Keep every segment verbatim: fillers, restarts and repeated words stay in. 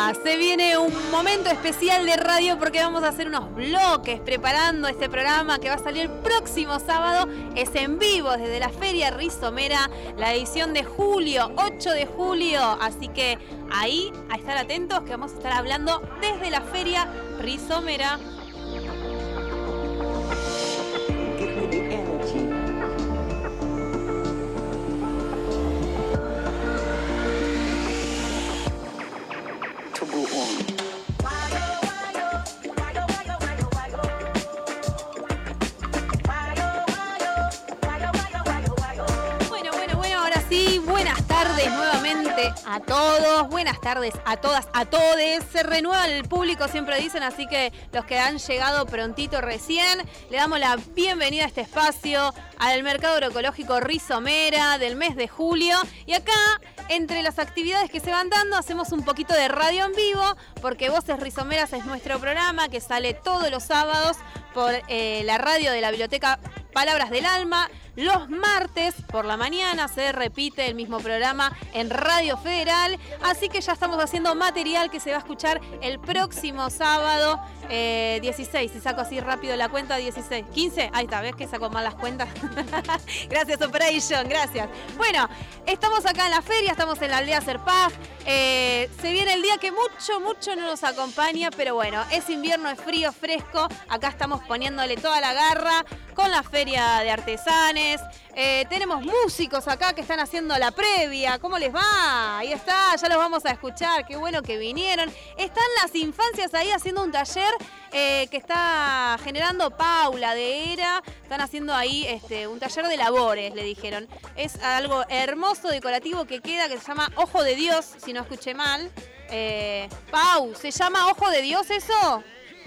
Epa, se viene un momento especial de radio porque vamos a hacer unos bloques preparando este programa que va a salir el próximo sábado. Es en vivo desde la Feria Rizomera, la edición de julio, ocho de julio. Así que ahí, a estar atentos que vamos a estar hablando desde la Feria Rizomera. Nuevamente a todos, buenas tardes a todas, a todes. Se renueva el público, siempre dicen, así que los que han llegado prontito recién, le damos la bienvenida a este espacio, al Mercado Agroecológico Rizomera del mes de julio. Y acá, entre las actividades que se van dando, hacemos un poquito de radio en vivo, porque Voces Rizomeras es nuestro programa que sale todos los sábados por eh, la radio de la Biblioteca Palabras del Alma. Los martes por la mañana se repite el mismo programa en Radio Federal, así que ya estamos haciendo material que se va a escuchar el próximo sábado eh, dieciséis, si saco así rápido la cuenta, dieciséis, quince, ahí está, ¿ves que saco mal las cuentas? Gracias Operation, gracias. Bueno, estamos acá en la feria, estamos en la aldea Serpaj, eh, se viene el día que mucho, mucho no nos acompaña, pero bueno, es invierno, es frío, fresco, acá estamos poniéndole toda la garra con la feria de artesanes. Eh, tenemos músicos acá que están haciendo la previa. ¿Cómo les va? Ahí está, ya los vamos a escuchar. Qué bueno que vinieron. Están las infancias ahí haciendo un taller eh, que está generando Paula de Era. Están haciendo ahí este, un taller de labores, le dijeron. Es algo hermoso, decorativo que queda, que se llama Ojo de Dios, si no escuché mal. Eh, Pau, ¿se llama Ojo de Dios eso?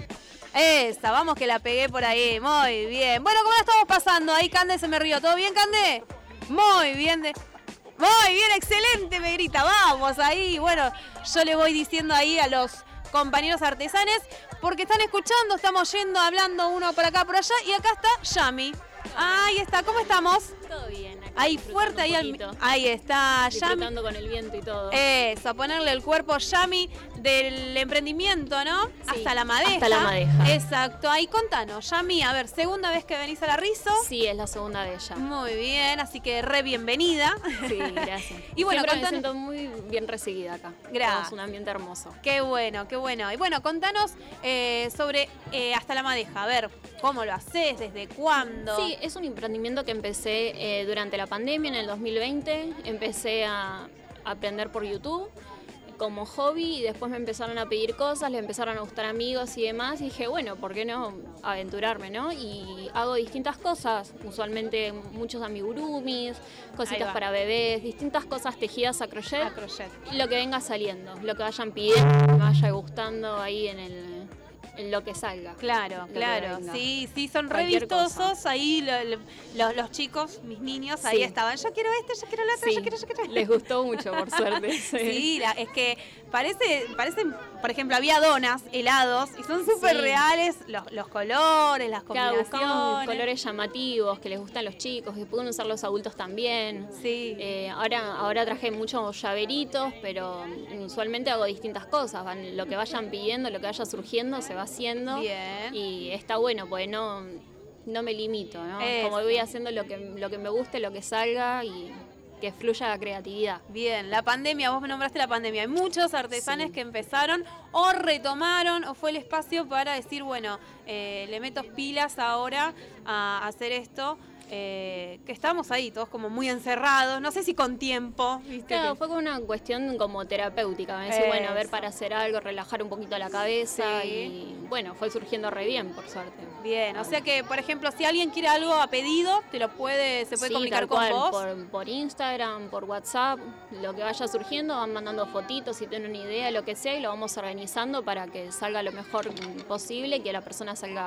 Esa, vamos que la pegué por ahí, muy bien. Bueno, ¿cómo la estamos pasando? Ahí Cande se me rió, ¿todo bien, Cande? Muy bien, de... muy bien, excelente, me grita, vamos ahí. Bueno, yo le voy diciendo ahí a los compañeros artesanes, porque están escuchando, estamos yendo, hablando uno por acá, por allá, y acá está Yami. Ahí está, ¿cómo estamos? Todo bien. Ahí fuerte, ahí, al, ahí está Yami. Disfrutando con el viento y todo. Eso, a ponerle el cuerpo Yami del emprendimiento, ¿no? Sí, hasta la madeja. Hasta la madeja. Exacto, ahí contanos, Yami, a ver, segunda vez que venís a la Rizo. Sí, es la segunda vez ya. Muy bien, así que re bienvenida. Sí, gracias. Y bueno, siempre contanos... me siento muy bien recibida acá. Gracias. Es un ambiente hermoso. Qué bueno, qué bueno. Y bueno, contanos eh, sobre eh, Hasta la Madeja, a ver, ¿cómo lo haces? ¿Desde cuándo? Sí, es un emprendimiento que empecé eh, durante la pandemia, en el dos mil veinte. Empecé a aprender por YouTube como hobby y después me empezaron a pedir cosas, le empezaron a gustar amigos y demás y dije, bueno, ¿por qué no aventurarme, no? Y hago distintas cosas, usualmente muchos amigurumis, cositas para bebés, distintas cosas tejidas a crochet, a crochet. Lo que venga saliendo, lo que vayan pidiendo, me vaya gustando ahí en el... en lo que salga. Claro, claro. Sí, sí, son re Cualquier vistosos. cosa. Ahí lo, lo, los, los chicos, mis niños, Sí. ahí estaban. Yo quiero este, yo quiero el otro, Sí, yo quiero, yo quiero. les gustó mucho, por suerte. Sí, Sí, la, es que parece, parecen, por ejemplo, había donas, helados, y son súper Sí. reales los, los colores, las Claro, buscamos combinaciones. colores llamativos que les gustan a los chicos, que pueden usar los adultos también. Sí. Eh, ahora, ahora traje muchos llaveritos, pero usualmente hago distintas cosas. Van, lo que vayan pidiendo, lo que vaya surgiendo, se va haciendo. Bien. Y está bueno, porque no, no me limito, ¿no? Eso. Como voy haciendo lo que, lo que me guste, lo que salga y que fluya la creatividad. Bien, la pandemia, vos me nombraste la pandemia. Hay muchos artesanes Sí. que empezaron o retomaron o fue el espacio para decir, bueno, eh, le meto pilas ahora a hacer esto. Eh, que estamos ahí todos como muy encerrados, no sé si con tiempo, ¿viste? Claro, que... fue como una cuestión como terapéutica, me decía, bueno, a ver, Eso. para hacer algo, relajar un poquito la cabeza Sí. y bueno, fue surgiendo re bien, por suerte. Bien, o sea que, por ejemplo, si alguien quiere algo a pedido, te lo puede, se puede Sí, comunicar tal con cual, vos. Por, por Instagram, por WhatsApp, lo que vaya surgiendo, van mandando fotitos, si tienen una idea, lo que sea, y lo vamos organizando para que salga lo mejor posible y que la persona salga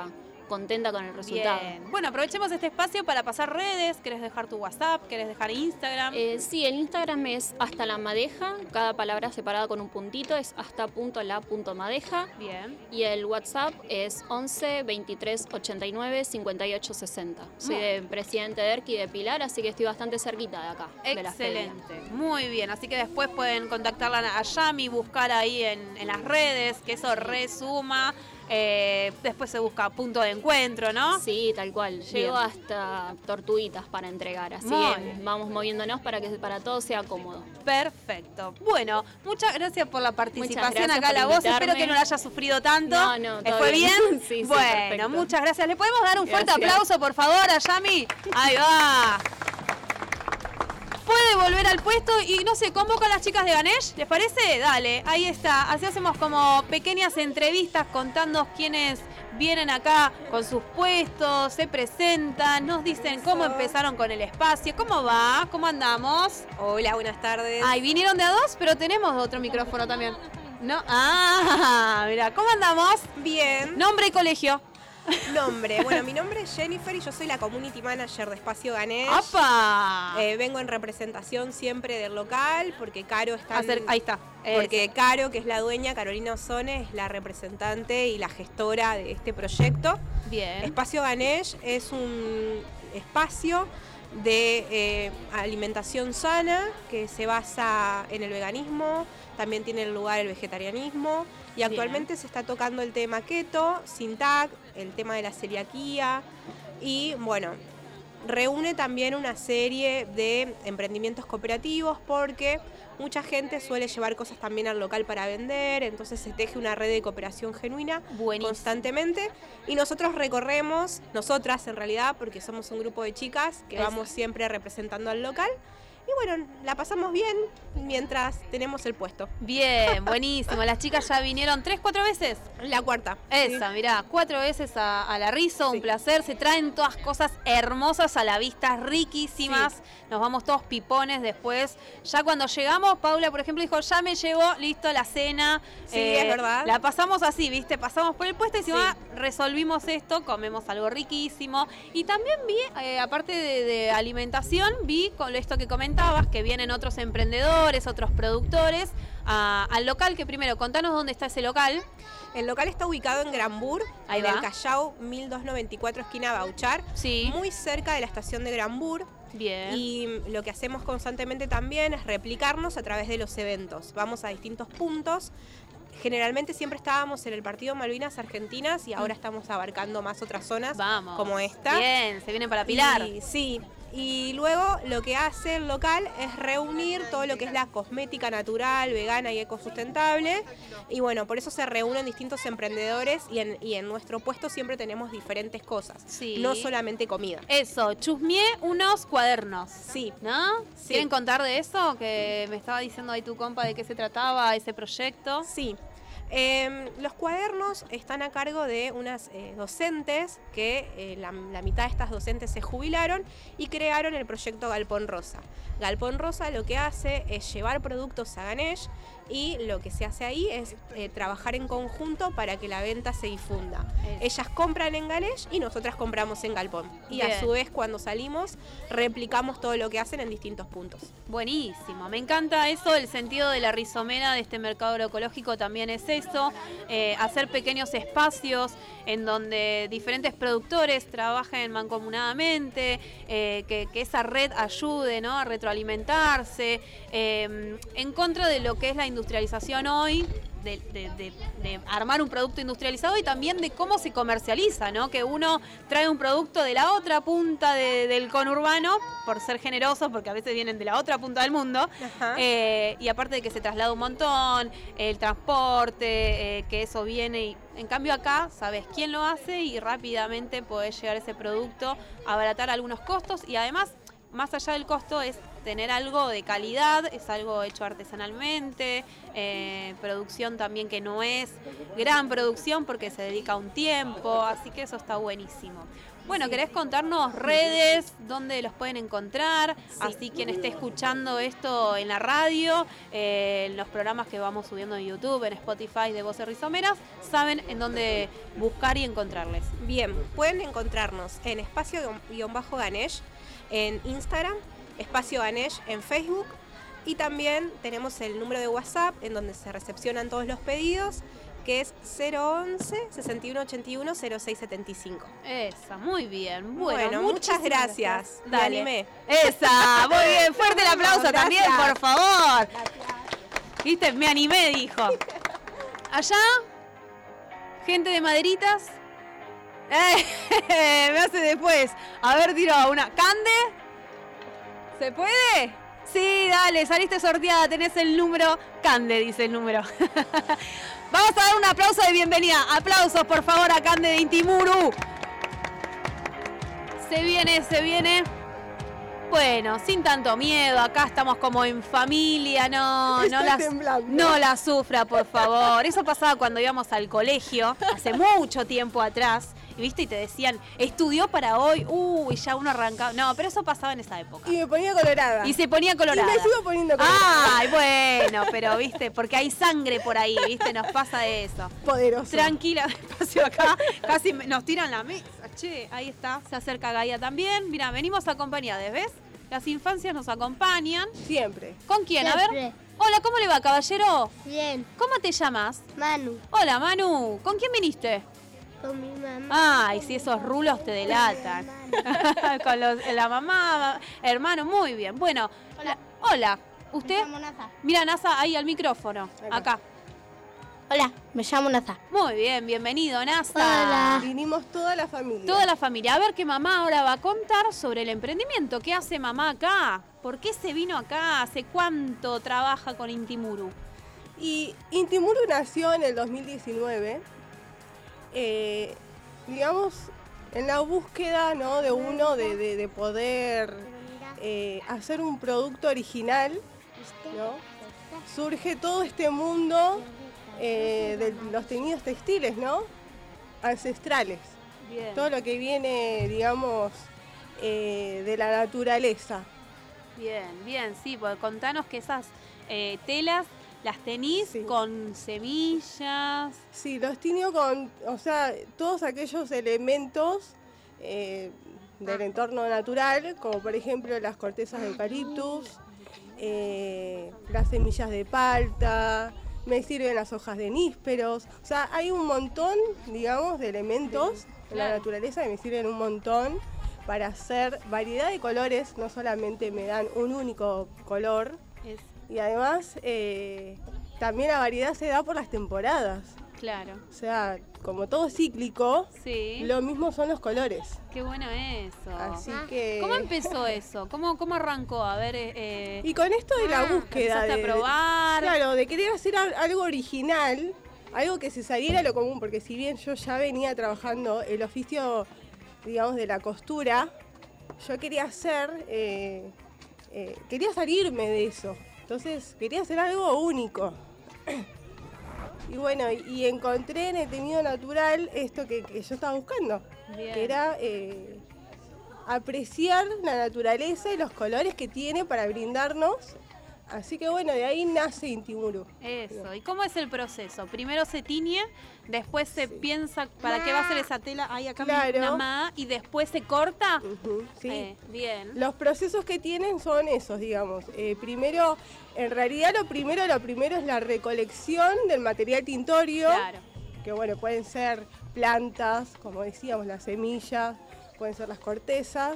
contenta con el resultado. Bien. Bueno, aprovechemos este espacio para pasar redes. ¿Querés dejar tu WhatsApp? ¿Querés dejar Instagram? Eh, sí, el Instagram es hasta la madeja, cada palabra separada con un puntito, es hasta punto la punto madeja. Bien. Y el WhatsApp es once veintitrés ochenta y nueve cincuenta y ocho sesenta. Soy de Presidente Derqui de Pilar, así que estoy bastante cerquita de acá. Excelente, de muy bien. Así que después pueden contactarla a Yami, buscar ahí en, en las redes, que eso resuma. Eh, después se busca punto de encuentro, ¿no? Sí, tal cual. Llego bien. Hasta Tortuguitas para entregar, así muy que bien. Vamos moviéndonos para que para todo sea cómodo. Perfecto. Bueno, muchas gracias por la participación acá a la voz. Espero que no la haya sufrido tanto. No, no, todo ¿Fue bien? bien? Sí, sí, bueno, perfecto. Muchas gracias. ¿Le podemos dar un fuerte Gracias. aplauso, por favor, a Yami? Ahí va. Puede volver al puesto y, no sé, convoca a las chicas de Ganesh, ¿les parece? Dale, ahí está. Así hacemos como pequeñas entrevistas contando quiénes vienen acá con sus puestos, se presentan, nos dicen cómo empezaron con el espacio, cómo va, cómo andamos. Hola, buenas tardes. Ay, vinieron de a dos, pero tenemos otro micrófono también. ¿No? Ah, mira, ¿cómo andamos? Bien. Nombre y colegio. Nombre. Bueno, mi nombre es Jennifer y yo soy la Community Manager de Espacio Ganesh. ¡Apa! Eh, vengo en representación siempre del local porque Caro está... en- Hacer- ahí está. Porque Eso. Caro, que es la dueña, Carolina Osone, es la representante y la gestora de este proyecto. Bien. Espacio Ganesh es un espacio de eh, alimentación sana que se basa en el veganismo, también tiene lugar el vegetarianismo y actualmente se está tocando el tema keto, sin T A C, el tema de la celiaquía y bueno, reúne también una serie de emprendimientos cooperativos porque mucha gente suele llevar cosas también al local para vender, entonces se teje una red de cooperación genuina Buenísimo. constantemente y nosotros recorremos, nosotras en realidad, porque somos un grupo de chicas que Eso. vamos siempre representando al local y bueno, la pasamos bien mientras tenemos el puesto. Bien, buenísimo. Las chicas ya vinieron tres, cuatro veces. La cuarta. Esa, mirá, cuatro veces a, a la Rizo, un Sí. placer. Se traen todas cosas hermosas a la vista, riquísimas. Sí. Nos vamos todos pipones después. Ya cuando llegamos, Paula, por ejemplo, dijo, ya me llevo, listo, la cena. Sí, es verdad. La pasamos así, ¿viste? Pasamos por el puesto y decimos, Sí. ah, resolvimos esto, comemos algo riquísimo. Y también vi, eh, aparte de, de alimentación, vi con esto que comentabas, que vienen otros emprendedores, otros productores, a- al local, que primero, contanos dónde está ese local. El local está ubicado en Granbur, Ahí en va. el Callao mil doscientos noventa y cuatro, esquina Bauchar, Sí. muy cerca de la estación de Granbur. Bien. Y lo que hacemos constantemente también es replicarnos a través de los eventos. Vamos a distintos puntos. Generalmente siempre estábamos en el partido Malvinas Argentinas y ahora estamos abarcando más otras zonas Vamos. como esta. Bien, se vienen para Pilar. Y, sí. Y luego lo que hace el local es reunir todo lo que es la cosmética natural, vegana y ecosustentable. Y bueno, por eso se reúnen distintos emprendedores y en, y en nuestro puesto siempre tenemos diferentes cosas. Sí. No solamente comida. Eso, chusmeé unos cuadernos. Sí. ¿No? Sí. ¿Quieren contar de eso? Que me estaba diciendo ahí tu compa de qué se trataba ese proyecto. Sí. Eh, los cuadernos están a cargo de unas eh, docentes que eh, la, la mitad de estas docentes se jubilaron y crearon el proyecto Galpón Rosa. Galpón Rosa lo que hace es llevar productos a Ganesh y lo que se hace ahí es eh, trabajar en conjunto para que la venta se difunda. Eso. Ellas compran en Ganesh y nosotras compramos en Galpón. Y Bien. a su vez cuando salimos replicamos todo lo que hacen en distintos puntos. Buenísimo, me encanta eso, el sentido de la rizomera de este mercado agroecológico también es eso, eh, hacer pequeños espacios en donde diferentes productores trabajen mancomunadamente, eh, que, que esa red ayude, ¿no?, a retroalimentarse, eh, en contra de lo que es la industrialización hoy. De, de- de- de armar un producto industrializado y también de cómo se comercializa, ¿no? Que uno trae un producto de la otra punta de- del conurbano, por ser generoso, porque a veces vienen de la otra punta del mundo, Ajá. eh, y aparte de que se traslada un montón, el transporte, eh, que eso viene y en cambio acá sabes quién lo hace y rápidamente podés llegar ese producto, abaratar algunos costos y además, más allá del costo, es tener algo de calidad, es algo hecho artesanalmente, eh, producción también que no es gran producción porque se dedica un tiempo, así que eso está buenísimo. Bueno, ¿querés contarnos redes, dónde los pueden encontrar? Sí. Así quien esté escuchando esto en la radio, eh, en los programas que vamos subiendo en YouTube, en Spotify de Voces Rizomeras, saben en dónde buscar y encontrarles. Bien, pueden encontrarnos en espacio-ganesh en Instagram, espacio Ganesh en Facebook, y también tenemos el número de WhatsApp en donde se recepcionan todos los pedidos, que es cero once, sesenta y uno ochenta y uno, cero seis setenta y cinco. Esa, muy bien. Bueno, bueno muchas gracias. gracias. Me animé. Esa, muy bien. Fuerte el aplauso no, también, por favor. Gracias. ¿Viste? Me animé, dijo. Allá, gente de maderitas. Eh, me hace después. A ver, tiro una. ¿Cande? ¿Se puede? Sí, dale, saliste sorteada, tenés el número. Cande, dice el número. Vamos a dar un aplauso de bienvenida. Aplausos, por favor, a Cande de Intimuru. Se viene, se viene. Bueno, sin tanto miedo, acá estamos como en familia, no, no, la, no la sufra, por favor. Eso pasaba cuando íbamos al colegio, hace mucho tiempo atrás. Y viste, y te decían, estudió para hoy, uy, ya uno arrancaba. No, pero eso pasaba en esa época. Y me ponía colorada. Y se ponía colorada. Y me sigo poniendo colorada. Ay, bueno, pero viste, porque hay sangre por ahí, viste, nos pasa eso. Poderoso. Tranquila, despacio acá, casi nos tiran la mesa. Che, ahí está, se acerca Gaia también. Mira, venimos acompañadas, ¿ves? Las infancias nos acompañan. Siempre. ¿Con quién? Siempre. A ver. Hola, ¿cómo le va, caballero? Bien. ¿Cómo te llamas? Manu. Hola, Manu. ¿Con quién viniste? Con mi mamá. Ay, si esos rulos te delatan. Con los, la mamá, hermano, muy bien. Bueno, hola. La, hola. ¿Usted? Me llamo Naza. Mira, Naza, ahí al micrófono. Acá. Acá. Hola, me llamo Naza. Muy bien, bienvenido, Naza. Hola. Vinimos toda la familia. Toda la familia. A ver qué mamá ahora va a contar sobre el emprendimiento. ¿Qué hace mamá acá? ¿Por qué se vino acá? ¿Hace cuánto trabaja con Intimuru? Y Intimuru nació en el dos mil diecinueve. Eh, digamos, en la búsqueda, ¿no?, de uno de, de, de poder eh, hacer un producto original, ¿no? Surge todo este mundo eh, de los teñidos textiles, ¿no?, ancestrales. Bien. Todo lo que viene, digamos, eh, de la naturaleza. Bien, bien, sí, porque contanos que esas eh, telas las tenís sí. con semillas. Sí, los tiño con, o sea, todos aquellos elementos eh, del ah. entorno natural, como por ejemplo las cortezas de eucaliptus, eh, las semillas de palta, me sirven las hojas de nísperos. O sea, hay un montón, digamos, de elementos sí, en claro. la naturaleza que me sirven un montón para hacer variedad de colores, no solamente me dan un único color. Es. Y además, eh, también la variedad se da por las temporadas. Claro. O sea, como todo cíclico, sí. lo mismo son los colores. Qué bueno eso. Así que... ¿Cómo empezó eso? ¿Cómo, cómo arrancó? A ver... Eh... Y con esto de la ah, búsqueda de... a probar. De, claro, de querer hacer algo original, algo que se saliera a lo común, porque si bien yo ya venía trabajando el oficio, digamos, de la costura, yo quería hacer... Eh, eh, quería salirme de eso. Entonces quería hacer algo único. Y bueno, y, y encontré en el teñido natural esto que, que yo estaba buscando. Bien. Que era eh, apreciar la naturaleza y los colores que tiene para brindarnos. Así que bueno, de ahí nace Intimuru. Eso, ¿y cómo es el proceso? Primero se tiñe, después se sí. piensa para ma. qué va a ser esa tela, ahí acá claro. una ma, y después se corta. Uh-huh. Sí. Eh, bien. Los procesos que tienen son esos, digamos. Eh, primero, en realidad lo primero, lo primero es la recolección del material tintorio. Claro. Que bueno, pueden ser plantas, como decíamos, las semillas, pueden ser las cortezas.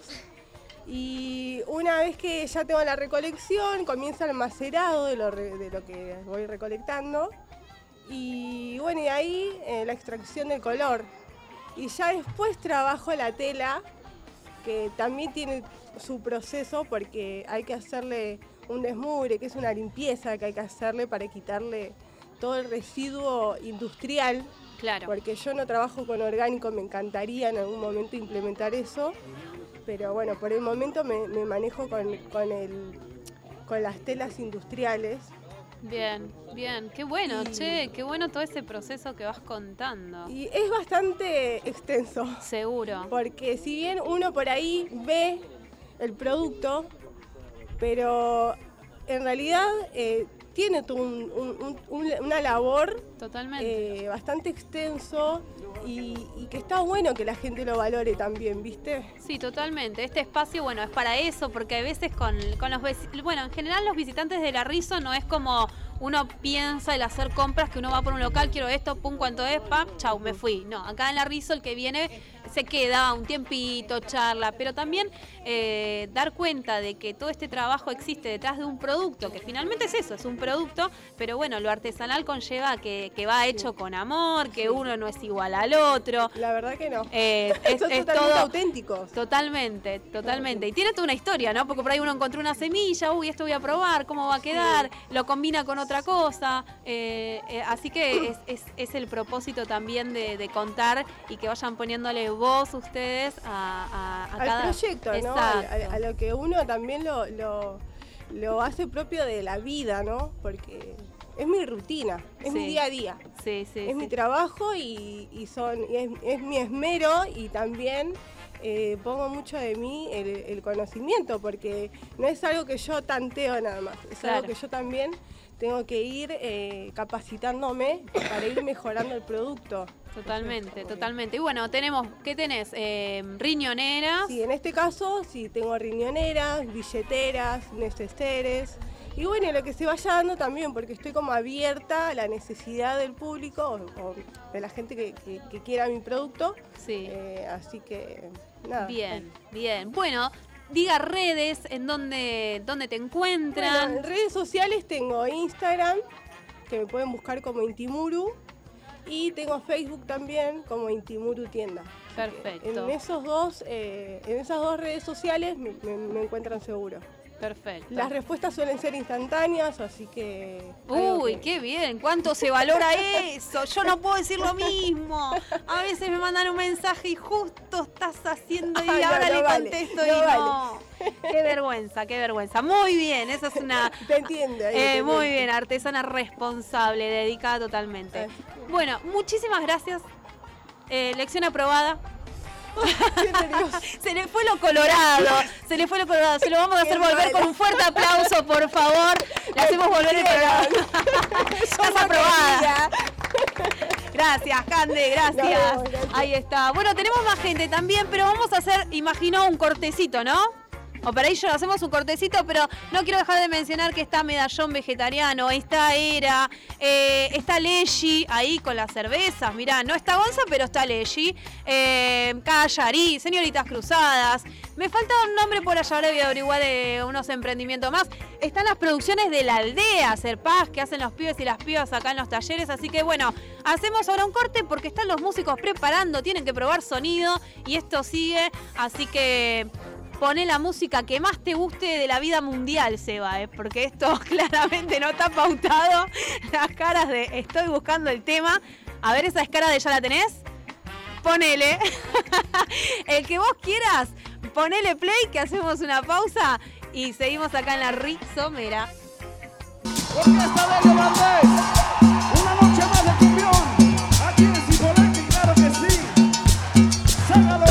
Y una vez que ya tengo la recolección, comienza el macerado de lo, re, de lo que voy recolectando. Y bueno, y ahí eh, la extracción del color. Y ya después trabajo la tela, que también tiene su proceso porque hay que hacerle un desmugre, que es una limpieza que hay que hacerle para quitarle todo el residuo industrial. Claro. Porque yo no trabajo con orgánico, me encantaría en algún momento implementar eso. Pero bueno, por el momento me, me manejo con, con el con las telas industriales. Bien, bien, qué bueno, Y- che, qué bueno todo ese proceso que vas contando. Y es bastante extenso, Seguro. porque si bien uno por ahí ve el producto, pero en realidad eh, tiene todo un- un- un- una labor Totalmente. eh, bastante extenso y, y que está bueno que la gente lo valore también, ¿viste? Sí, totalmente. Este espacio, bueno, es para eso, porque a veces con, con los veci- bueno, en general los visitantes de la Rizo no es como uno piensa el hacer compras, que uno va por un local, quiero esto, pum, cuánto es, pam, chau, me fui. No, acá en la Rizo el que viene se queda un tiempito, charla, pero también eh, dar cuenta de que todo este trabajo existe detrás de un producto, que finalmente es eso, es un producto, pero bueno, lo artesanal conlleva que, que va hecho con amor, que uno no es igual al otro. La verdad que no. Eh, es, Son es totalmente todo auténticos. totalmente, totalmente. Y tiene toda una historia, ¿no? Porque por ahí uno encontró una semilla, uy, esto voy a probar, ¿cómo va a quedar? Lo combina con otra cosa. eh, eh, así que es, es- es el propósito también de, de contar y que vayan poniéndole voz ustedes a, a- a Al cada proyecto, ¿no? Exacto. Al- A, a lo que uno también lo, lo, lo hace propio de la vida, ¿no? Porque es mi rutina, es Sí. mi día a día. Sí, sí, Es sí. mi trabajo y, y son, y es, es mi esmero y también eh, pongo mucho de mí el, el conocimiento, porque no es algo que yo tanteo nada más, es Claro. algo que yo también tengo que ir eh, capacitándome para ir mejorando el producto. Totalmente, totalmente. Y bueno, tenemos, ¿qué tenés? Eh, riñoneras. Sí, en este caso sí tengo riñoneras, billeteras, neceseres. Y bueno, lo que se vaya dando también, porque estoy como abierta a la necesidad del público o, o de la gente que, que- que quiera mi producto. Sí. Eh, así que nada. Bien, bien. Bueno, diga redes en donde, donde te encuentran. Bueno, en redes sociales tengo Instagram, que me pueden buscar como Intimuru, y tengo Facebook también como Intimuru Tienda. Perfecto. En esos dos, eh, en esas dos redes sociales me, me- me encuentran seguro. Perfecto. Las respuestas suelen ser instantáneas, así que... algo Uy, que- qué bien, cuánto se valora eso. Yo no puedo decir lo mismo. A veces me mandan un mensaje y justo estás haciendo y Ay, no, ahora no le vale, contesto no y vale. no. Qué vergüenza, qué vergüenza. Muy bien, eso es una... Te entiendo. ahí Eh, te muy entiendo. bien, artesana responsable, dedicada totalmente. Así Bueno, muchísimas gracias. Eh, lección aprobada. Qué nervioso. Se le fue lo colorado, se le fue lo colorado. Se lo vamos a hacer Qué volver mala. con un fuerte aplauso, por favor. Le hacemos volver el programa. Estás aprobada. Gracias, Cande, gracias. No, gracias. Ahí está. Bueno, tenemos más gente también, pero vamos a hacer, imagino, un cortecito, ¿no? O para ello hacemos un cortecito, pero no quiero dejar de mencionar que está Medallón Vegetariano, está Era, eh, está Leshi ahí con las cervezas, mirá, no está Gonza, pero está Leshi, eh, Callarí, Señoritas Cruzadas, me falta un nombre por allá, ahora voy a averiguar de unos emprendimientos más. Están las producciones de la aldea, Serpaz, que hacen los pibes y las pibas acá en los talleres, así que bueno, hacemos ahora un corte porque están los músicos preparando, tienen que probar sonido y esto sigue, así que... Poné la música que más te guste de la vida mundial, Seba, ¿eh? Porque esto claramente no está pautado. Las caras de estoy buscando el tema. A ver, esa escara de ya la tenés. Ponele. El que vos quieras, ponele play, que hacemos una pausa y seguimos acá en la Rizomera. Orquesta de Valdés, una noche más de cumbión, aquí en Cipolletti, claro que sí. ¡Sácalo!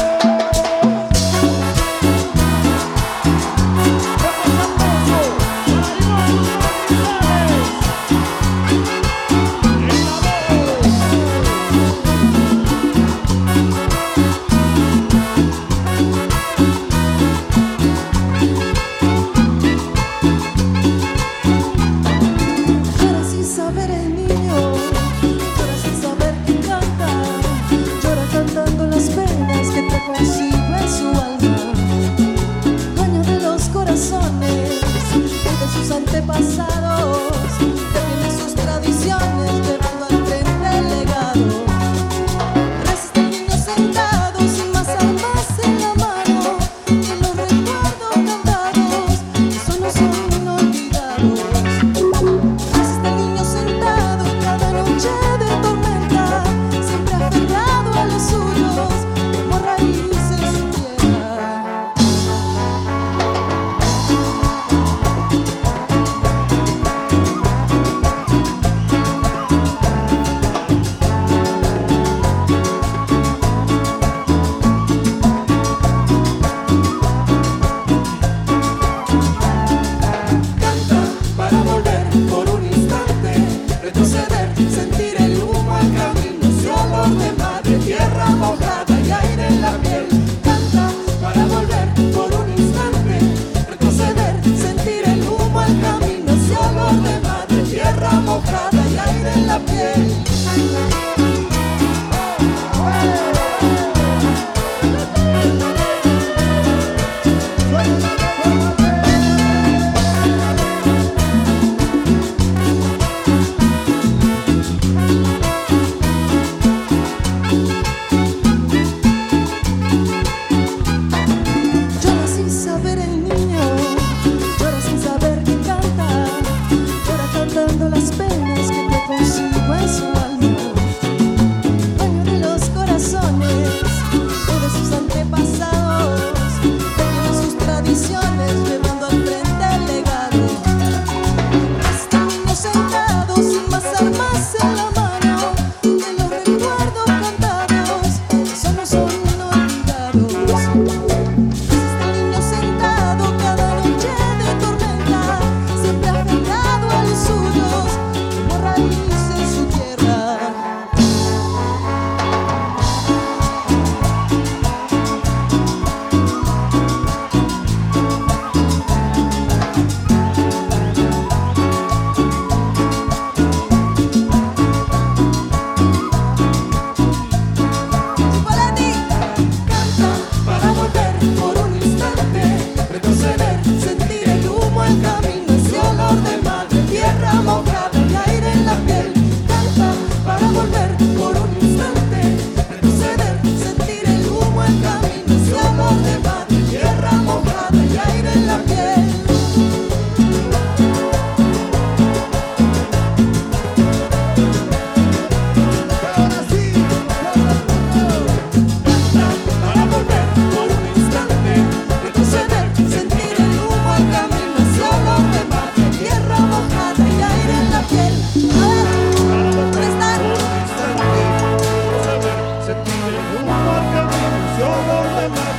Para sin saber el niño, para sin saber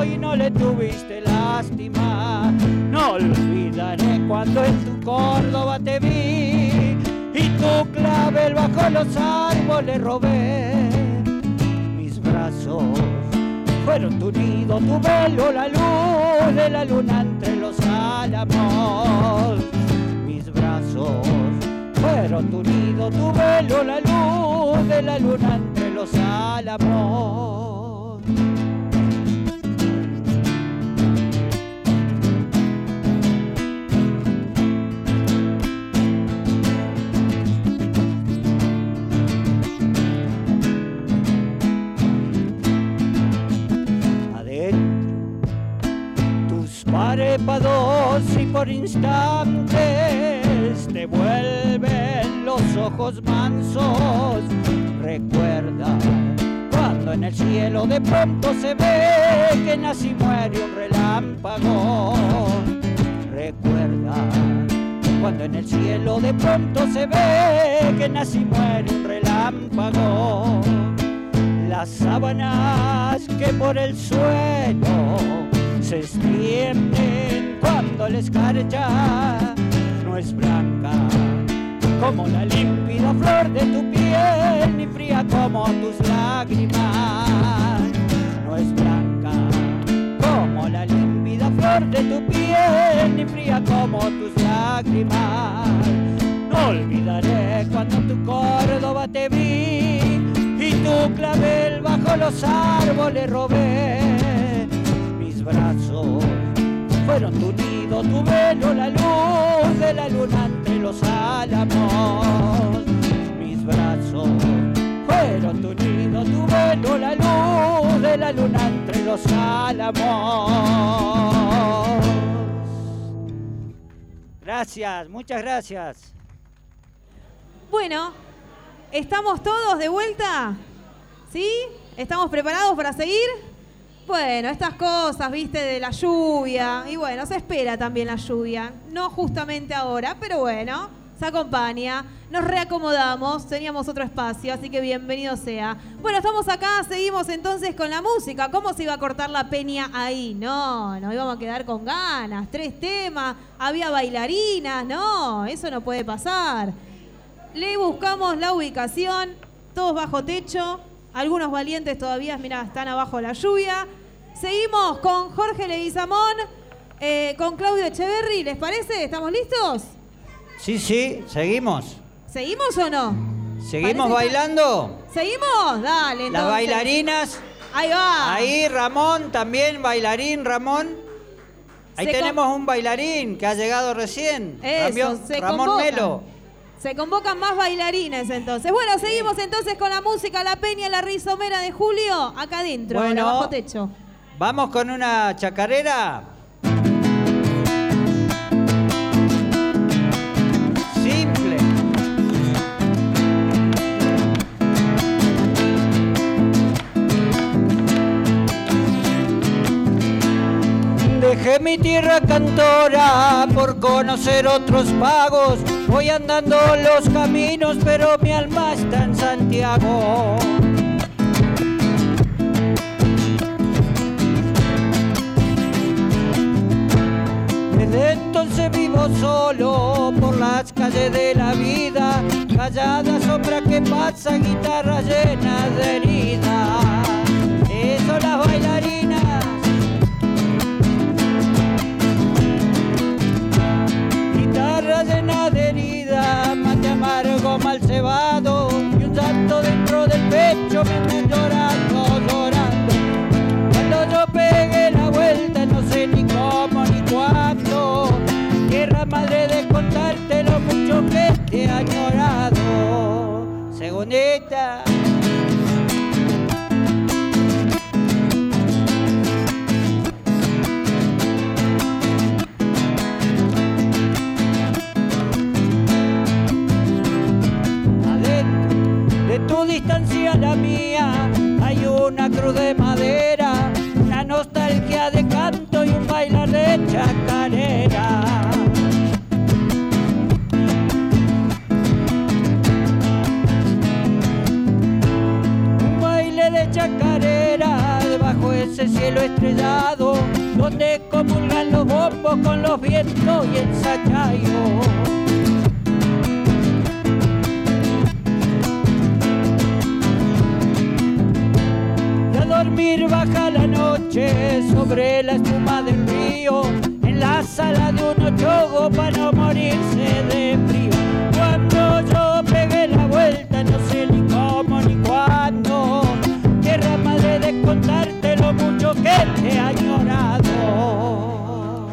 y no le tuviste lástima. No olvidaré cuando en tu Córdoba te vi y tu clavel bajo los árboles robé. Mis brazos fueron tu nido, tu velo, la luz de la luna entre los álamos. Mis brazos fueron tu nido, tu velo, la luz de la luna entre los álamos. Párpados y por instantes te vuelven los ojos mansos. Recuerda cuando en el cielo de pronto se ve que nace y muere un relámpago. Recuerda cuando en el cielo de pronto se ve que nace y muere un relámpago. Las sábanas que por el suelo se extienden cuando la escarcha no es blanca como la límpida flor de tu piel, ni fría como tus lágrimas. No es blanca como la límpida flor de tu piel, ni fría como tus lágrimas. No olvidaré cuando en tu Córdoba te vi y tu clavel bajo los árboles robé. Mis brazos fueron tu nido, tu velo, la luz de la luna entre los álamos. Mis brazos fueron tu nido, tu velo, la luz de la luna entre los álamos. Gracias, muchas gracias. Bueno, ¿estamos todos de vuelta? ¿Sí? ¿Estamos preparados para seguir? Bueno, estas cosas, viste, de la lluvia. Y bueno, se espera también la lluvia. No justamente ahora, pero bueno, se acompaña. Nos reacomodamos, teníamos otro espacio, así que bienvenido sea. Bueno, estamos acá, seguimos entonces con la música. ¿Cómo se iba a cortar la peña ahí? No, nos íbamos a quedar con ganas. Tres temas, había bailarinas, no, eso no puede pasar. Le buscamos la ubicación, todos bajo techo, algunos valientes todavía, mirá, están abajo de la lluvia. Seguimos con Jorge Leguizamón, eh, con Claudio Echeverri, ¿les parece? ¿Estamos listos? Sí, sí, seguimos. ¿Seguimos o no? ¿Seguimos bailando? ¿Seguimos? Dale, entonces. Las bailarinas. Ahí va. Ahí Ramón, también bailarín, Ramón. Ahí Se tenemos un bailarín que ha llegado recién. Eso, Ramón, se Ramón convocan. Melo. Se convocan más bailarines entonces. Bueno, seguimos entonces con la música, la peña, la rizomera de Julio, acá adentro, Bueno, bajo techo. Vamos con una chacarera. Simple. Dejé mi tierra cantora por conocer otros pagos. Voy andando los caminos, pero mi alma está en Santiago. Desde entonces vivo solo por las calles de la vida, callada sombra que pasa, guitarra llena de heridas. Eso las bailarinas. Guitarra llena de heridas, mate amargo mal cebado y un santo dentro del pecho me anda llorando, llorando. Cuando yo pegué la vuelta no sé ni cómo ni cuándo, tierra madre de contarte lo mucho que te he añorado. Segundita. ese cielo estrellado, donde comulgan los bombos con los vientos y el sachayo. Y a dormir baja la noche sobre la espuma del río, en la sala de un ochogo para no morirse de frío. Cuando yo pegué la vuelta, no sé ni cómo ni cuándo, tierra madre de contarte lo mucho que te he añorado.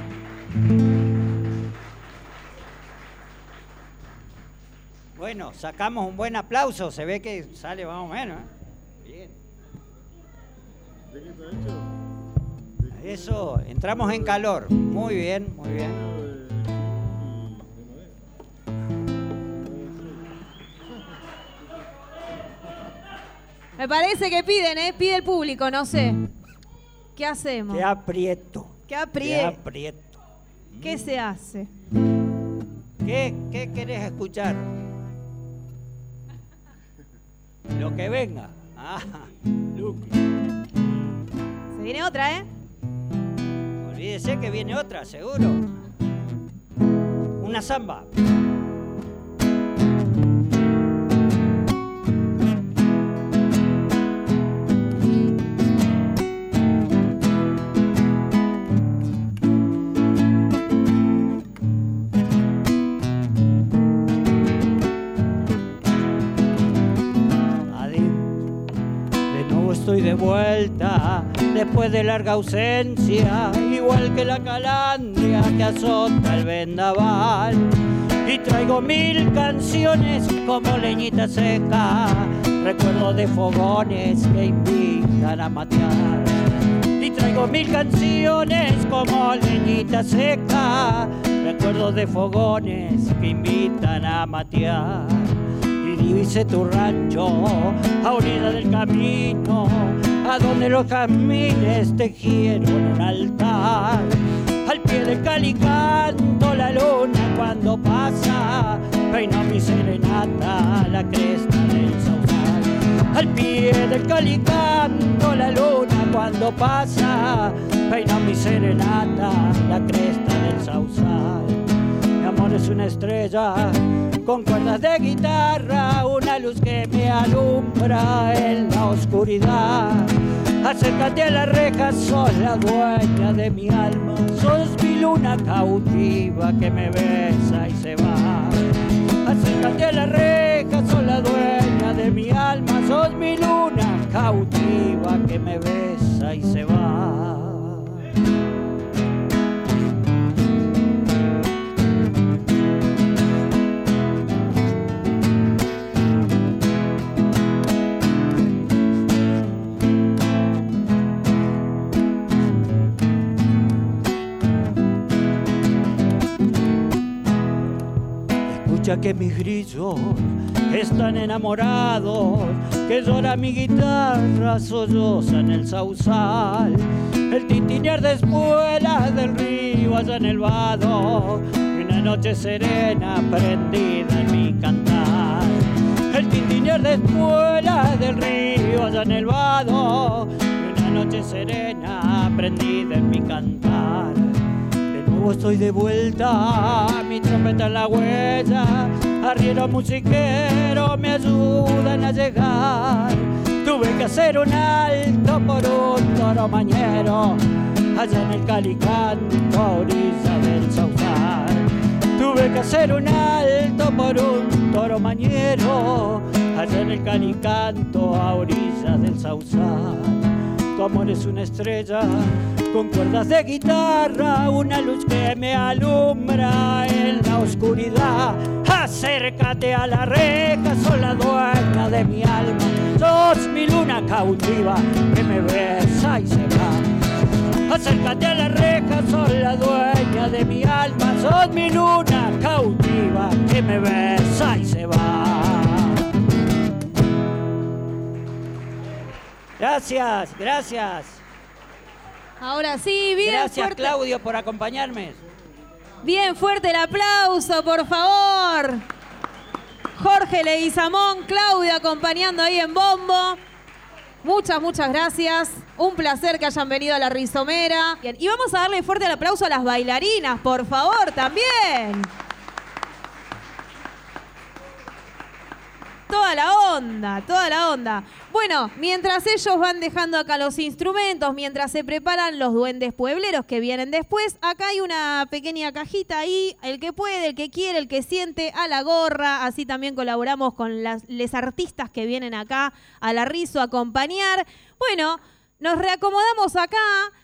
Bueno, sacamos un buen aplauso, se ve que sale más o menos, ¿eh? Bien. ¿De qué está hecho? Eso, entramos en calor. Muy bien, muy bien. Me parece que piden, ¿eh? Pide el público, no sé. ¿Qué hacemos? Qué aprieto. ¿Qué Qué aprieto? aprieto. ¿Qué se hace? ¿Qué, qué querés escuchar? Lo que venga. Ah, Luqui. Se viene otra, ¿eh? Olvídese que viene otra, seguro. Una samba. Estoy de vuelta después de larga ausencia, igual que la calandria que azota el vendaval. Y traigo mil canciones como leñita seca, recuerdos de fogones que invitan a matear. Y traigo mil canciones como leñita seca, recuerdos de fogones que invitan a matear. Divise tu rancho a orilla del camino, a donde los camines tejieron un altar. Al pie del calicanto la luna cuando pasa, peina mi serenata la cresta del sausal. Al pie del calicanto la luna cuando pasa, peina mi serenata la cresta del sausal. Mi amor es una estrella con cuerdas de guitarra, una luz que me alumbra en la oscuridad. Acércate a la reja, sos la dueña de mi alma, sos mi luna cautiva que me besa y se va. Acércate a la reja, sos la dueña de mi alma, sos mi luna cautiva que me besa y se va. Que mis grillos están enamorados, que llora mi guitarra solloza en el sausal, el tintinear de espuelas del río allá en el vado, y una noche serena prendida en mi cantar. El tintinear de espuelas del río allá en el vado, y una noche serena prendida en mi cantar. Estoy de vuelta, mi trompeta en la huella, arriero musiquero me ayudan a llegar. Tuve que hacer un alto por un toro mañero, allá en el calicanto a orilla del sausal. Tuve que hacer un alto por un toro mañero, allá en el calicanto a orilla del sausal. Tu amor es una estrella con cuerdas de guitarra, una luz que me alumbra en la oscuridad. Acércate a la reja, sos la dueña de mi alma, sos mi luna cautiva que me besa y se va. Acércate a la reja, sos la dueña de mi alma, sos mi luna cautiva que me besa y se va. Gracias, gracias. Ahora sí, bien Gracias, fuerte. Claudio, por acompañarme. Bien fuerte el aplauso, por favor. Jorge Leguizamón, Claudio acompañando ahí en bombo. Muchas, muchas gracias. Un placer que hayan venido a la Rizomera. Bien, y vamos a darle fuerte el aplauso a las bailarinas, por favor, también. Toda la onda, toda la onda. Bueno, mientras ellos van dejando acá los instrumentos, mientras se preparan los duendes puebleros que vienen después, acá hay una pequeña cajita ahí, el que puede, el que quiere, el que siente, a la gorra. Así también colaboramos con las les artistas que vienen acá a la Rizo a acompañar. Bueno, nos reacomodamos acá.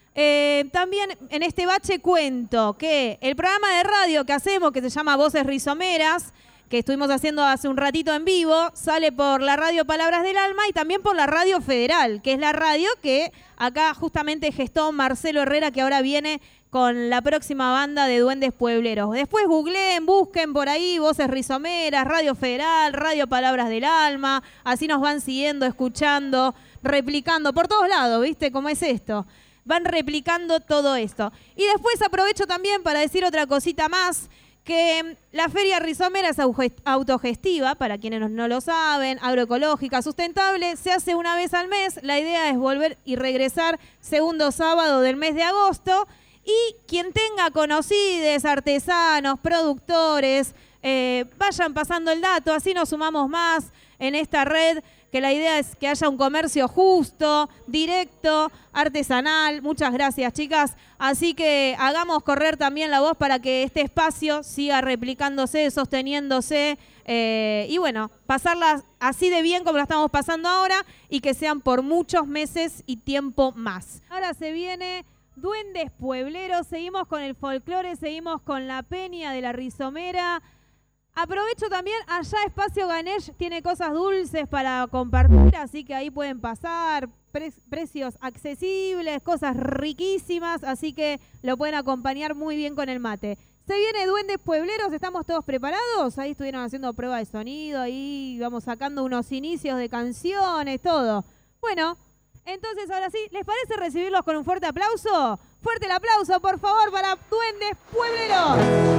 Eh, también en este bache cuento que el programa de radio que hacemos, que se llama Voces Rizomeras, que estuvimos haciendo hace un ratito en vivo, sale por la radio Palabras del Alma y también por la Radio Federal, que es la radio que acá justamente gestó Marcelo Herrera, que ahora viene con la próxima banda de Duendes Puebleros. Después googleen, busquen por ahí Voces Rizomeras, Radio Federal, Radio Palabras del Alma, así nos van siguiendo, escuchando, replicando por todos lados, ¿viste cómo es esto? Van replicando todo esto. Y después aprovecho también para decir otra cosita más, que la Feria Rizomera es autogestiva, para quienes no lo saben, agroecológica, sustentable, se hace una vez al mes. La idea es volver y regresar segundo sábado del mes de agosto. Y quien tenga conocidos, artesanos, productores, eh, vayan pasando el dato, así nos sumamos más en esta red, que la idea es que haya un comercio justo, directo, artesanal. Muchas gracias, chicas. Así que hagamos correr también la voz para que este espacio siga replicándose, sosteniéndose eh, y bueno, pasarla así de bien como la estamos pasando ahora y que sean por muchos meses y tiempo más. Ahora se viene Duendes Puebleros, seguimos con el folclore, seguimos con la peña de la Rizomera. Aprovecho también, allá Espacio Ganesh tiene cosas dulces para compartir, así que ahí pueden pasar, pre- precios accesibles, cosas riquísimas, así que lo pueden acompañar muy bien con el mate. Se viene Duendes Puebleros, ¿estamos todos preparados? Ahí estuvieron haciendo prueba de sonido, ahí vamos sacando unos inicios de canciones, todo. Bueno, entonces ahora sí, ¿les parece recibirlos con un fuerte aplauso? Fuerte el aplauso, por favor, para Duendes Puebleros.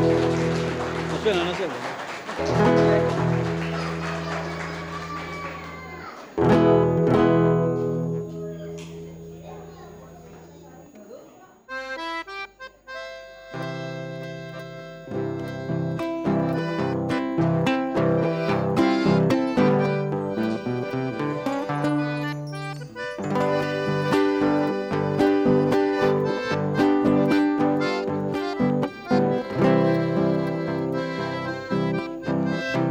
No suena, no suena. Thank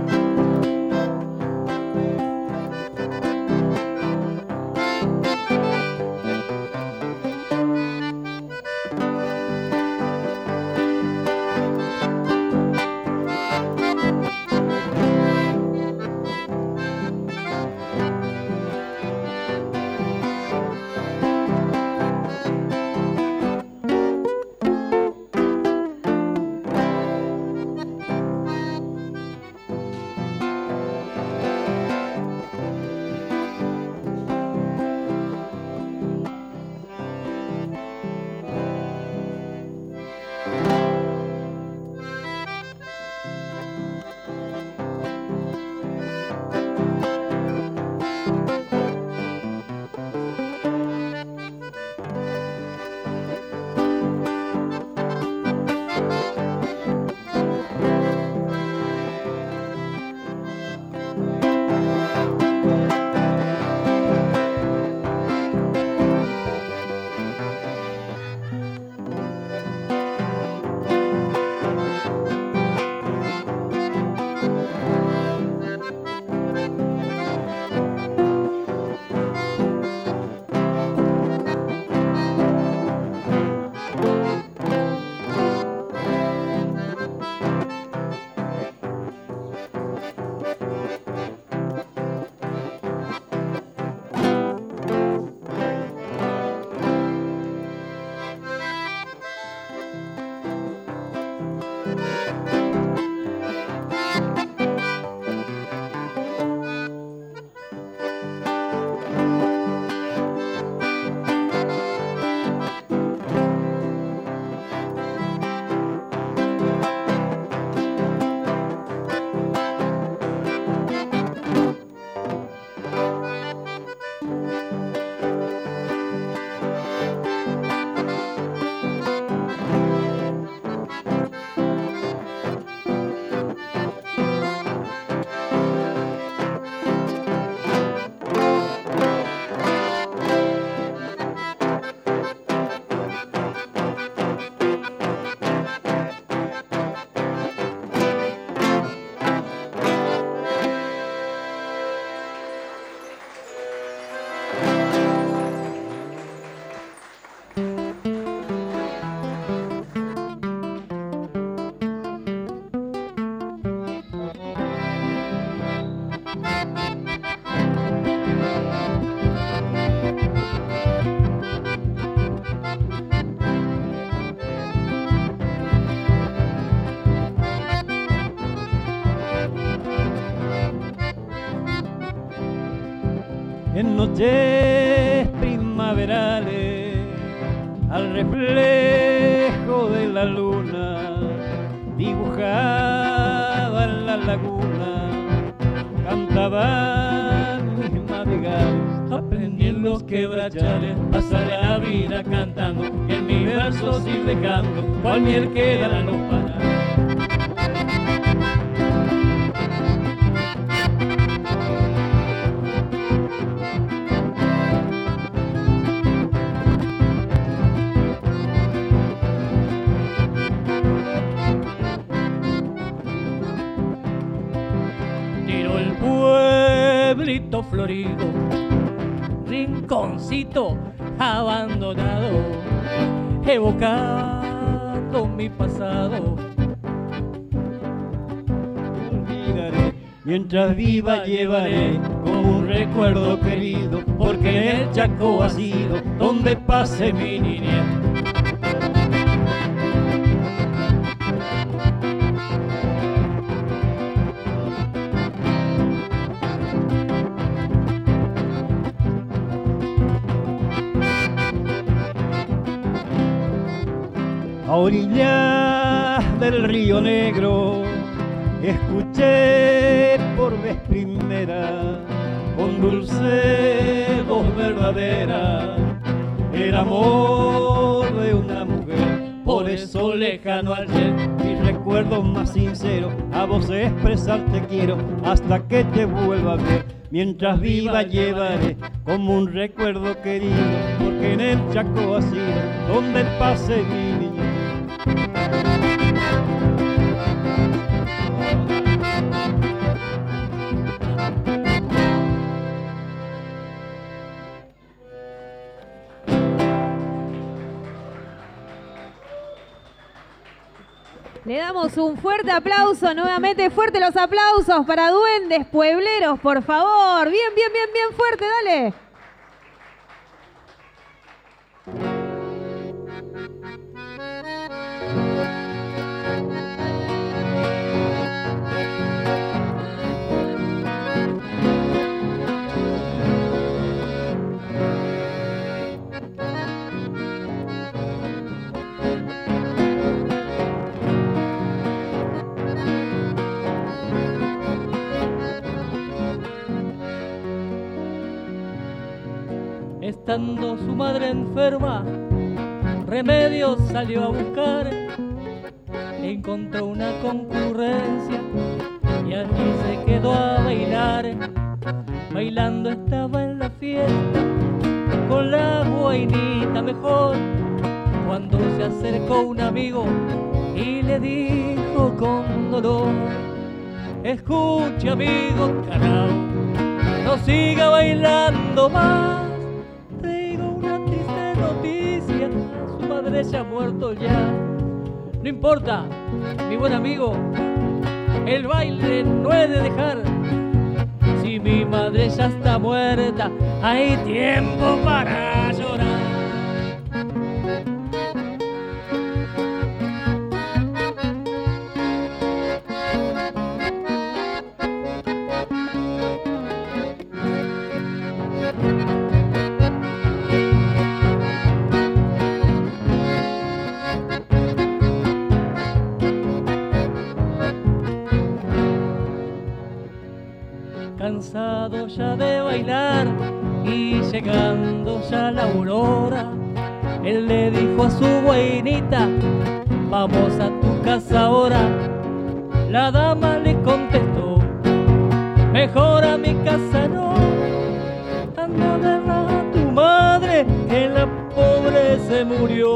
en noches primaverales, al reflejo de la luna dibujada en la laguna, cantaban mis madrigales, aprendí en los quebrachales, pasaré la vida cantando y en mis versos ir dejando cual miel queda la no para. Pueblito florido, rinconcito abandonado, evocando mi pasado. Olvidaré, mientras viva llevaré como un recuerdo querido, porque en el Chaco ha sido donde pasé mi niñez. A orillas del Río Negro escuché por vez primera con dulce voz verdadera el amor de una mujer. Por eso lejano ayer, mis recuerdos más sinceros, a vos expresarte quiero hasta que te vuelva a ver. Mientras viva llevaré como un recuerdo querido, porque en el Chaco ha sido donde pasé mi niñez. Le damos un fuerte aplauso, nuevamente fuerte los aplausos para Duendes Puebleros, por favor. Bien, bien, bien, bien fuerte, dale. Estando su madre enferma, Remedios salió a buscar, encontró una concurrencia y allí se quedó a bailar. Bailando estaba en la fiesta con la guainita mejor, cuando se acercó un amigo y le dijo con dolor: escuche amigo carao, no siga bailando más. Su madre se ha muerto ya. No importa, mi buen amigo, el baile no he de dejar. Si mi madre ya está muerta, hay tiempo para llorar. Cansado ya de bailar y llegando ya la aurora, él le dijo a su guainita: vamos a tu casa ahora. La dama le contestó: mejor a mi casa no, anda a verla a tu madre, que la pobre se murió.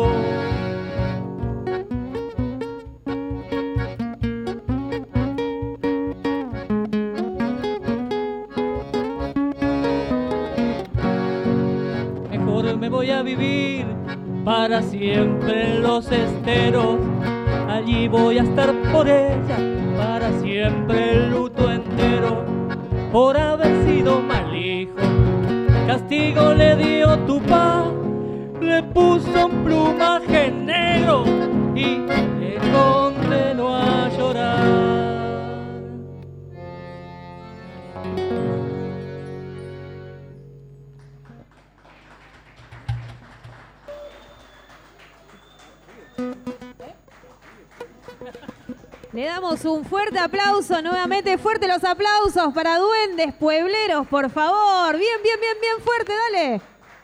Me voy a vivir para siempre en los esteros, allí voy a estar por ella para siempre el luto entero. Por haber sido mal hijo, castigo le dio tu pa, le puso un plumaje negro y le condenó a llorar. Le damos un fuerte aplauso, nuevamente fuerte los aplausos para Duendes Puebleros, por favor. Bien, bien, bien, bien fuerte, dale.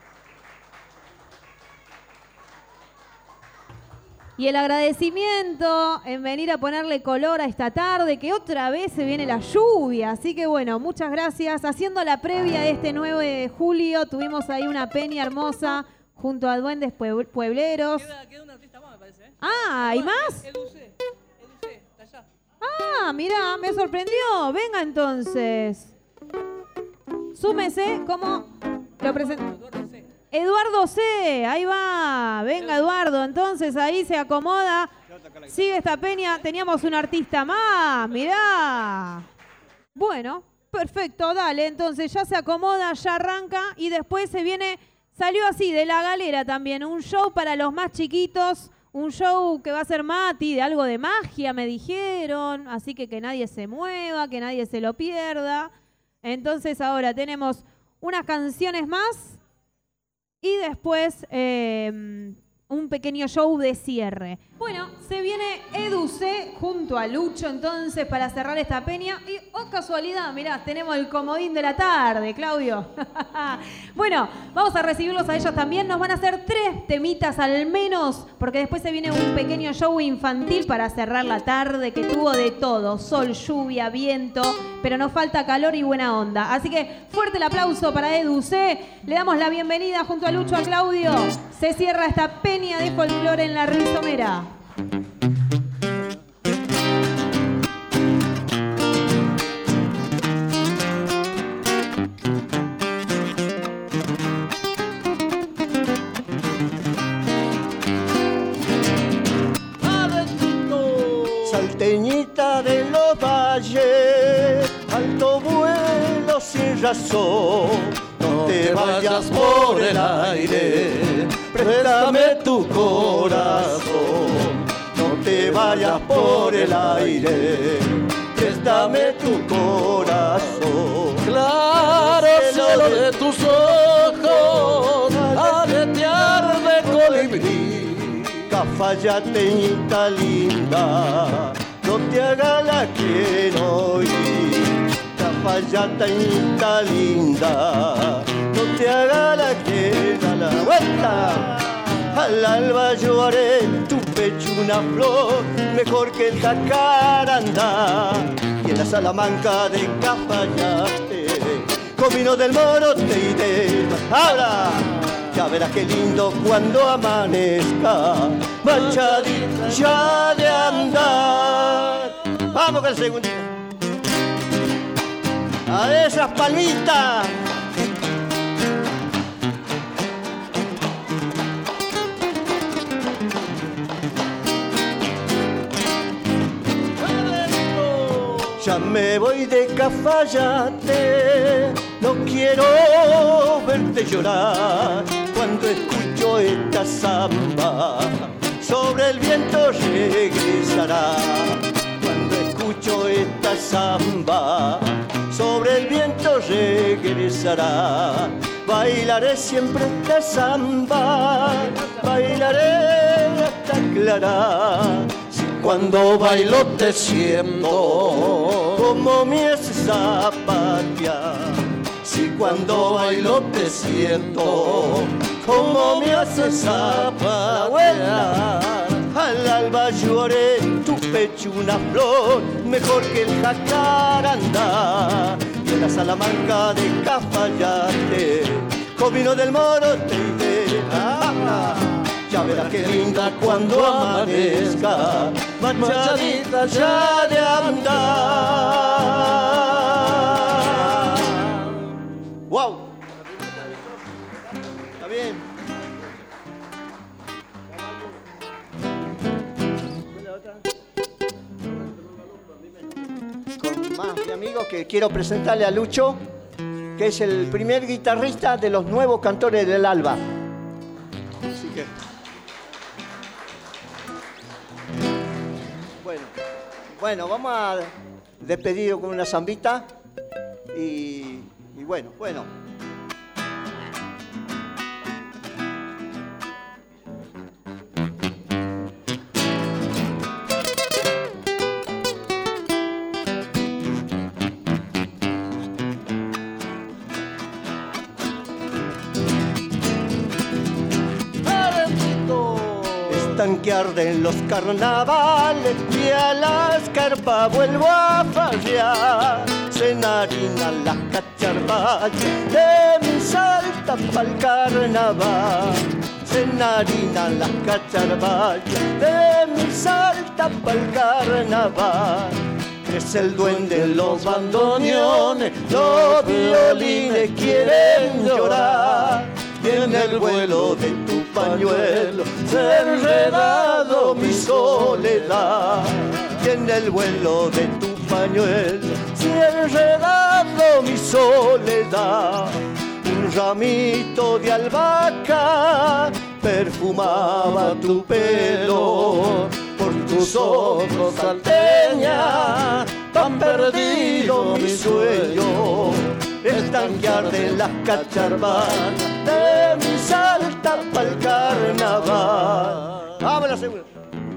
Y el agradecimiento en venir a ponerle color a esta tarde, que otra vez se viene la lluvia. Así que bueno, muchas gracias. Haciendo la previa de este nueve de julio, tuvimos ahí una peña hermosa junto a Duendes Puebleros. Queda, queda un artista más, me parece. ¿eh? Ah, ¿hay más? Educé, Educé, está allá. Ah, mirá, me sorprendió. Venga entonces. Súmese, ¿cómo lo presento? Eduardo C, ahí va. Venga, Eduardo, entonces ahí se acomoda. Sigue esta peña. Teníamos un artista más, mirá. Bueno, perfecto, dale. Entonces ya se acomoda, ya arranca y después se viene, salió así, de la galera también. Un show para los más chiquitos, un show que va a ser Mati, de algo de magia, me dijeron. Así que que nadie se mueva, que nadie se lo pierda. Entonces ahora tenemos unas canciones más. Y después eh, un pequeño show de cierre. Bueno, se viene Edu C junto a Lucho entonces para cerrar esta peña. Y, oh casualidad, mirá, tenemos el comodín de la tarde, Claudio. Bueno, vamos a recibirlos a ellos también. Nos van a hacer tres temitas al menos, porque después se viene un pequeño show infantil para cerrar la tarde que tuvo de todo. Sol, lluvia, viento, pero nos falta calor y buena onda. Así que fuerte el aplauso para Edu C. Le damos la bienvenida junto a Lucho, a Claudio. Se cierra esta peña de folclore en la Rizomera. Salteñita de los valles, alto vuelo sin razón. No te vayas por el aire, préstame tu corazón. No te vayas por el aire, préstame tu corazón. Claro cielo de tus ojos, aletear de colibrí. Cafayateñita linda, no te hagas la quiero ir. Cafayateñita linda, no te hagas la quiero la vuelta. Al alba yo haré en tu pecho una flor, mejor que el jacarandá. Y en la Salamanca de Cafayate, con vino del Moro te iré. Ahora ya verás qué lindo cuando amanezca, manchadita ya de andar. Vamos con el segundito. A esas palmitas. Ya me voy de Cafayate, no quiero verte llorar cuando escucho esta samba. Sobre el viento regresará cuando escucho esta samba. Sobre el viento regresará. Bailaré siempre esta samba, bailaré hasta aclarar. Cuando bailo te siento como me haces zapatear. Si cuando bailo te siento como me haces zapatear. Al alba yo haré en tu pecho una flor, mejor que el jacarandá. De la Salamanca de Cafayate, con vino del Moro te iré. Ah, ya verás qué linda cuando amanezca, manchadita ya de andar. ¡Wow! Está bien. Con más, mi amigo, que quiero presentarle a Lucho, que es el primer guitarrista de los nuevos cantores del Alba. Así que... Bueno, bueno, vamos a despedir con una zambita y, y bueno, bueno. están que arden los carnavales y a las carpas vuelvo a farrear. Se enharinan las cacharballas de mi Salta pa'l carnaval. Se enharinan las cacharballas de mi Salta pa'l carnaval. Es el duende en los bandoneones, los violines quieren llorar. Y en el vuelo de tu pañuelo se ha enredado mi soledad. Y en el vuelo de tu pañuelo se ha enredado mi soledad. Un ramito de albahaca perfumaba tu pelo. Por tus ojos salteña tan perdido mi sueño. Están que arden las cacharbanas de mi Salta pa'l carnaval. Vamos la segunda.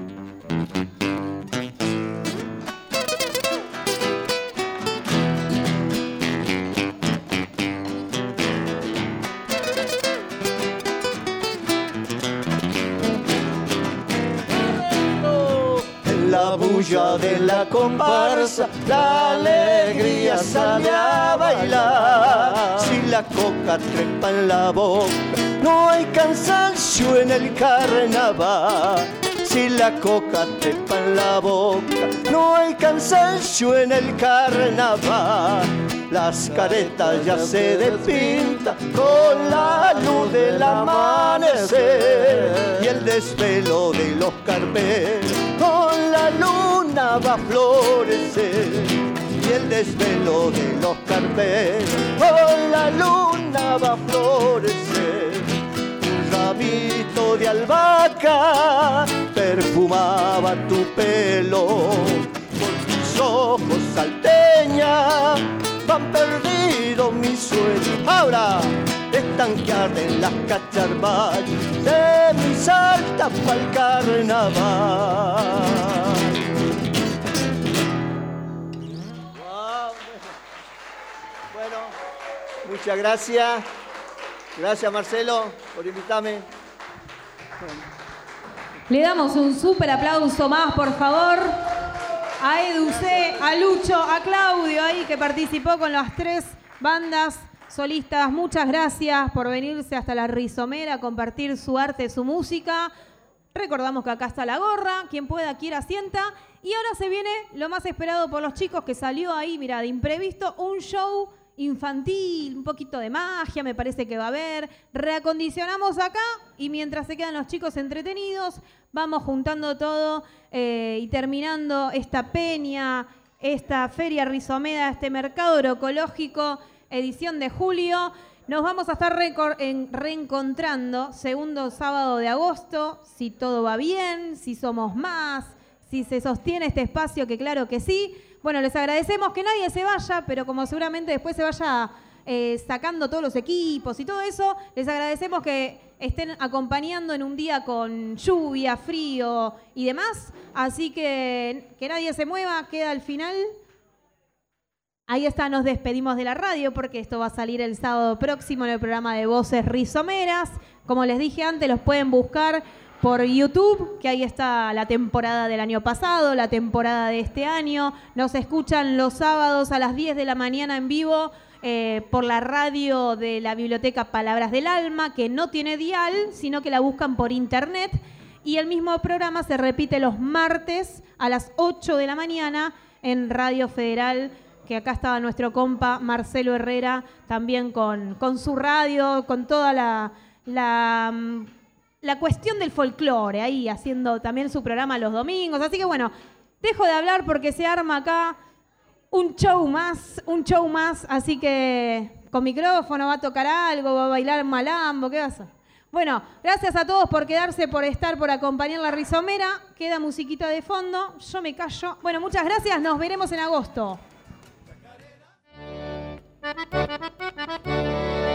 La bulla de la comparsa, la alegría sale a bailar. Si la coca trepa en la boca, no hay cansancio en el carnaval. Si la coca trepa en la boca, no hay cansancio en el carnaval. Las caretas ya se despintan con la luz del amanecer y el desvelo de los carpelos con la luna va a florecer. Y el desvelo de los carpelos con la luna va a florecer. Un ramito de albahaca perfumaba tu pelo. Por tus ojos salteña van perdidos mis sueños. Ahora están que arden las cacharballas de mi Salta pa'l carnaval. Wow. Bueno, muchas gracias. Gracias, Marcelo, por invitarme. Bueno. Le damos un súper aplauso más, por favor, a Edu C, a Lucho, a Claudio ahí que participó con las tres bandas solistas. Muchas gracias por venirse hasta la Rizomera a compartir su arte, su música. Recordamos que acá está la gorra, quien pueda, quiera, sienta. Y ahora se viene lo más esperado por los chicos, que salió ahí, mira, de imprevisto, un show infantil, un poquito de magia, me parece que va a haber. Reacondicionamos acá y mientras se quedan los chicos entretenidos, vamos juntando todo eh, y terminando esta peña, esta feria Rizomera, este mercado agroecológico, edición de julio. Nos vamos a estar reencontrando segundo sábado de agosto, si todo va bien, si somos más, si se sostiene este espacio, que claro que sí. Bueno, les agradecemos que nadie se vaya, pero como seguramente después se vaya eh, sacando todos los equipos y todo eso, les agradecemos que estén acompañando en un día con lluvia, frío y demás. Así que que nadie se mueva, queda al final. Ahí está, nos despedimos de la radio porque esto va a salir el sábado próximo en el programa de Voces Rizomeras. Como les dije antes, los pueden buscar por YouTube, que ahí está la temporada del año pasado, la temporada de este año. Nos escuchan los sábados a las diez de la mañana en vivo eh, por la radio de la Biblioteca Palabras del Alma, que no tiene dial, sino que la buscan por internet. Y el mismo programa se repite los martes a las ocho de la mañana en Radio Federal, que acá estaba nuestro compa Marcelo Herrera, también con, con su radio, con toda la... la la cuestión del folclore, ahí haciendo también su programa los domingos. Así que bueno, dejo de hablar porque se arma acá un show más, un show más. Así que con micrófono va a tocar algo, va a bailar malambo, ¿qué va a hacer? Bueno, gracias a todos por quedarse, por estar, por acompañar la Rizomera. Queda musiquita de fondo, yo me callo. Bueno, muchas gracias, nos veremos en agosto.